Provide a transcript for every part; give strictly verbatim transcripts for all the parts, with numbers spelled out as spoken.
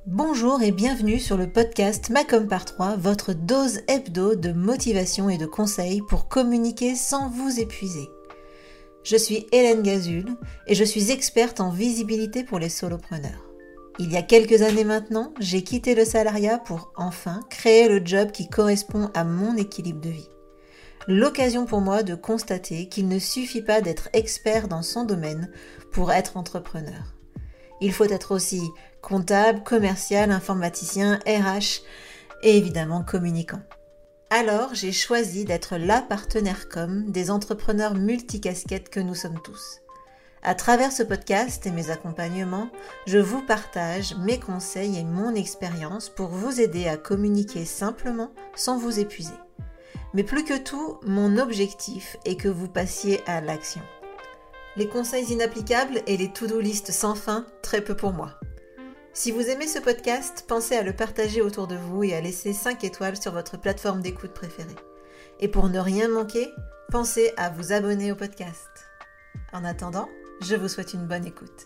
Bonjour et bienvenue sur le podcast Macom par trois, votre dose hebdo de motivation et de conseils pour communiquer sans vous épuiser. Je suis Hélène Gazul et je suis experte en visibilité pour les solopreneurs. Il y a quelques années maintenant, j'ai quitté le salariat pour enfin créer le job qui correspond à mon équilibre de vie. L'occasion pour moi de constater qu'il ne suffit pas d'être expert dans son domaine pour être entrepreneur. Il faut être aussi comptable, commercial, informaticien, R H et évidemment communicant. Alors, j'ai choisi d'être la partenaire com des entrepreneurs multicasquettes que nous sommes tous. À travers ce podcast et mes accompagnements, je vous partage mes conseils et mon expérience pour vous aider à communiquer simplement sans vous épuiser. Mais plus que tout, mon objectif est que vous passiez à l'action. Les conseils inapplicables et les to-do list sans fin, très peu pour moi. Si vous aimez ce podcast, pensez à le partager autour de vous et à laisser cinq étoiles sur votre plateforme d'écoute préférée. Et pour ne rien manquer, pensez à vous abonner au podcast. En attendant, je vous souhaite une bonne écoute.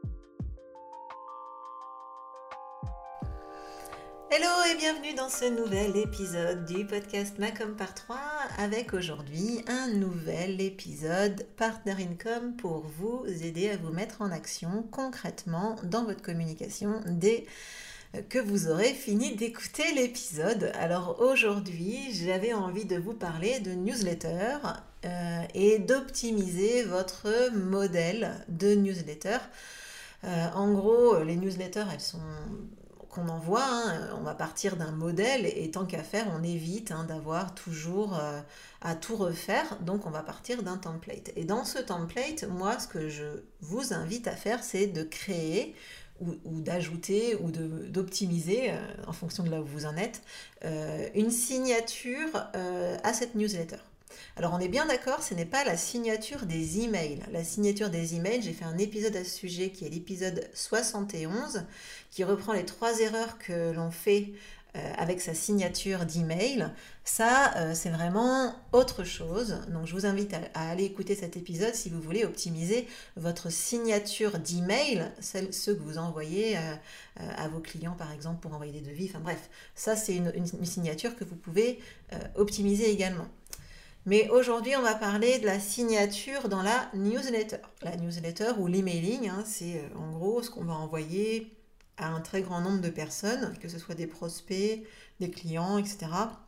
Hello et bienvenue dans ce nouvel épisode du podcast Macom par trois avec aujourd'hui un nouvel épisode Partner Income pour vous aider à vous mettre en action concrètement dans votre communication dès que vous aurez fini d'écouter l'épisode. Alors aujourd'hui, j'avais envie de vous parler de newsletter euh, et d'optimiser votre modèle de newsletter. Euh, en gros, les newsletters, elles sont... qu'on envoie, hein, on va partir d'un modèle et tant qu'à faire, on évite hein, d'avoir toujours euh, à tout refaire, donc on va partir d'un template. Et dans ce template, moi, ce que je vous invite à faire, c'est de créer ou, ou d'ajouter ou de, d'optimiser, euh, en fonction de là où vous en êtes, euh, une signature euh, à cette newsletter. Alors on est bien d'accord, ce n'est pas la signature des emails. La signature des emails, j'ai fait un épisode à ce sujet qui est l'épisode soixante et onze, qui reprend les trois erreurs que l'on fait euh, avec sa signature d'email. Ça, euh, c'est vraiment autre chose. Donc je vous invite à, à aller écouter cet épisode si vous voulez optimiser votre signature d'email, celle, ceux que vous envoyez euh, euh, à vos clients par exemple pour envoyer des devis. Enfin bref, ça c'est une, une, une signature que vous pouvez euh, optimiser également. Mais aujourd'hui, on va parler de la signature dans la newsletter. La newsletter ou l'emailing, hein, c'est en gros ce qu'on va envoyer à un très grand nombre de personnes, que ce soit des prospects, des clients, et cetera.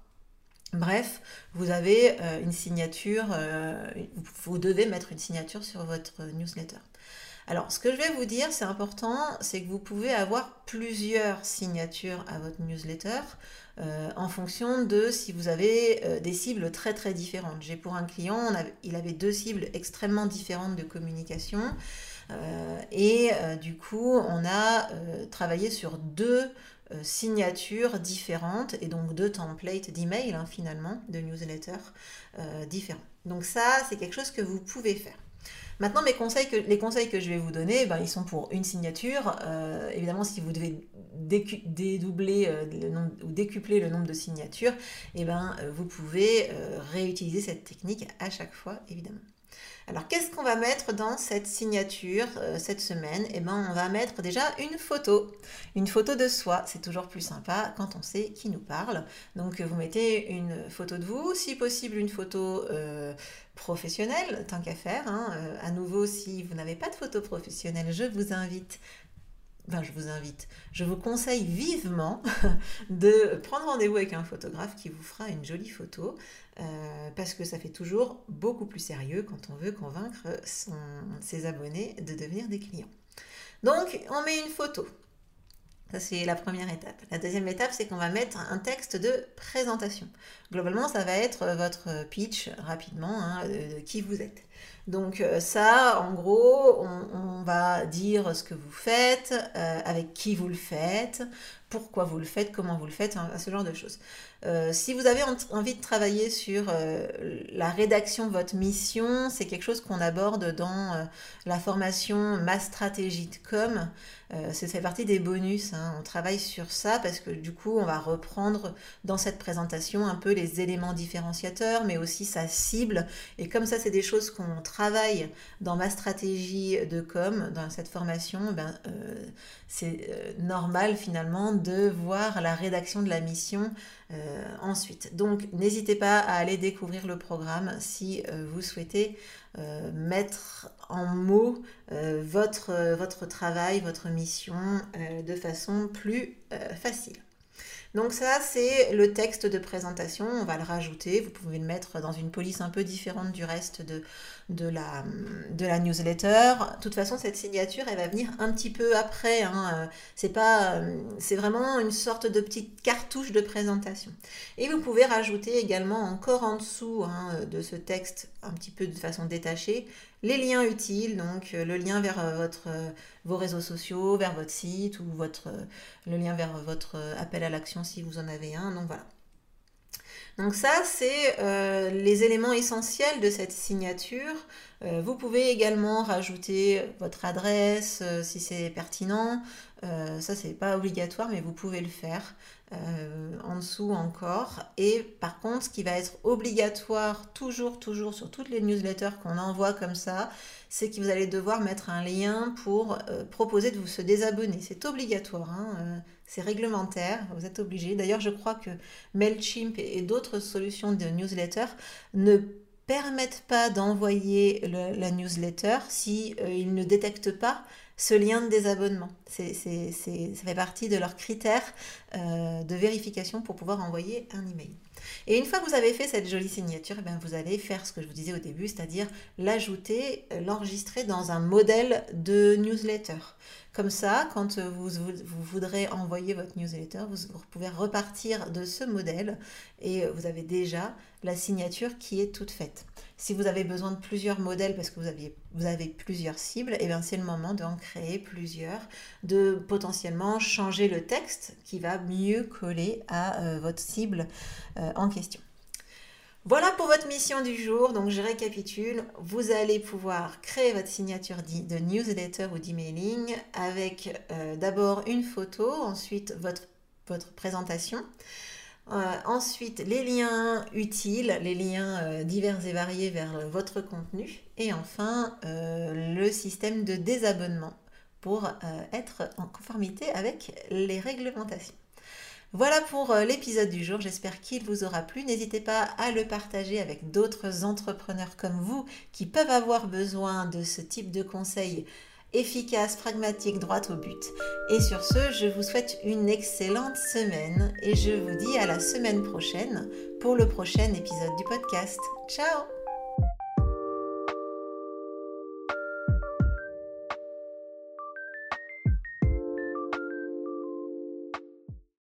Bref, vous avez euh, une signature, euh, vous devez mettre une signature sur votre newsletter. Alors, ce que je vais vous dire, c'est important, c'est que vous pouvez avoir plusieurs signatures à votre newsletter euh, en fonction de si vous avez euh, des cibles très très différentes. J'ai pour un client, on avait, il avait deux cibles extrêmement différentes de communication euh, et euh, du coup, on a euh, travaillé sur deux euh, signatures différentes et donc deux templates d'email hein, finalement, de newsletter euh, différents. Donc ça, c'est quelque chose que vous pouvez faire. Maintenant, mes conseils que, les conseils que je vais vous donner, ben, ils sont pour une signature. Euh, évidemment, si vous devez décu- dédoubler euh, le nombre, ou décupler le nombre de signatures, eh ben, euh, vous pouvez euh, réutiliser cette technique à chaque fois, évidemment. Alors, qu'est-ce qu'on va mettre dans cette signature euh, cette semaine ? Eh ben, on va mettre déjà une photo. Une photo de soi, c'est toujours plus sympa quand on sait qui nous parle. Donc, vous mettez une photo de vous, si possible une photo euh, professionnelle, tant qu'à faire. Hein. Euh, à nouveau, si vous n'avez pas de photo professionnelle, je vous invite Enfin, je vous invite, je vous conseille vivement de prendre rendez-vous avec un photographe qui vous fera une jolie photo euh, parce que ça fait toujours beaucoup plus sérieux quand on veut convaincre son, ses abonnés de devenir des clients. Donc, on met une photo. Ça, c'est la première étape. La deuxième étape, c'est qu'on va mettre un texte de présentation. Globalement, ça va être votre pitch rapidement hein, de, de qui vous êtes. Donc ça, en gros, on, on va dire ce que vous faites, euh, avec qui vous le faites, pourquoi vous le faites, comment vous le faites, hein, ce genre de choses. Euh, si vous avez envie de travailler sur euh, la rédaction de votre mission, c'est quelque chose qu'on aborde dans euh, la formation Ma stratégie de com. Euh, ça fait partie des bonus, hein. On travaille sur ça parce que du coup, on va reprendre dans cette présentation un peu les éléments différenciateurs, mais aussi sa cible. Et comme ça, c'est des choses qu'on travaille dans Ma stratégie de com, dans cette formation, ben, euh, c'est euh, normal finalement de voir la rédaction de la mission euh, ensuite. Donc, n'hésitez pas à aller découvrir le programme si euh, vous souhaitez euh, mettre en mots euh, votre, euh, votre travail, votre mission euh, de façon plus euh, facile. Donc ça, c'est le texte de présentation, on va le rajouter, vous pouvez le mettre dans une police un peu différente du reste de, de, la, de la newsletter. De toute façon, cette signature, elle va venir un petit peu après, hein. C'est pas, c'est vraiment une sorte de petite cartouche de présentation. Et vous pouvez rajouter également encore en dessous, hein, de ce texte, un petit peu de façon détachée, les liens utiles, donc le lien vers votre, vos réseaux sociaux, vers votre site ou votre, le lien vers votre appel à l'action si vous en avez un. Donc voilà. Donc ça, c'est euh, les éléments essentiels de cette signature. Euh, vous pouvez également rajouter votre adresse euh, si c'est pertinent. Euh, ça, c'est pas obligatoire, mais vous pouvez le faire. Euh, en dessous encore. Et par contre, ce qui va être obligatoire toujours, toujours sur toutes les newsletters qu'on envoie comme ça, c'est que vous allez devoir mettre un lien pour euh, proposer de vous se désabonner. C'est obligatoire, hein, euh, c'est réglementaire, vous êtes obligé. D'ailleurs, je crois que Mailchimp et, et d'autres solutions de newsletter ne permettent pas d'envoyer le, la newsletter si euh, ils ne détectent pas ce lien de désabonnement. C'est, c'est, c'est, ça fait partie de leurs critères euh, de vérification pour pouvoir envoyer un email. Et une fois que vous avez fait cette jolie signature, eh bien vous allez faire ce que je vous disais au début, c'est-à-dire l'ajouter, l'enregistrer dans un modèle de newsletter. Comme ça, quand vous, vous, vous voudrez envoyer votre newsletter, vous, vous pouvez repartir de ce modèle et vous avez déjà la signature qui est toute faite. Si vous avez besoin de plusieurs modèles parce que vous avez, vous avez plusieurs cibles, eh bien c'est le moment d'en créer plusieurs, de potentiellement changer le texte qui va mieux coller à euh, votre cible euh, en question. Voilà pour votre mission du jour. Donc je récapitule, vous allez pouvoir créer votre signature de newsletter ou d'emailing avec euh, d'abord une photo, ensuite votre, votre présentation. Euh, ensuite, les liens utiles, les liens euh, divers et variés vers votre contenu. Et enfin, euh, le système de désabonnement pour euh, être en conformité avec les réglementations. Voilà pour euh, l'épisode du jour, j'espère qu'il vous aura plu. N'hésitez pas à le partager avec d'autres entrepreneurs comme vous qui peuvent avoir besoin de ce type de conseils efficace, pragmatique, droit au but. Et sur ce, je vous souhaite une excellente semaine et je vous dis à la semaine prochaine pour le prochain épisode du podcast. Ciao!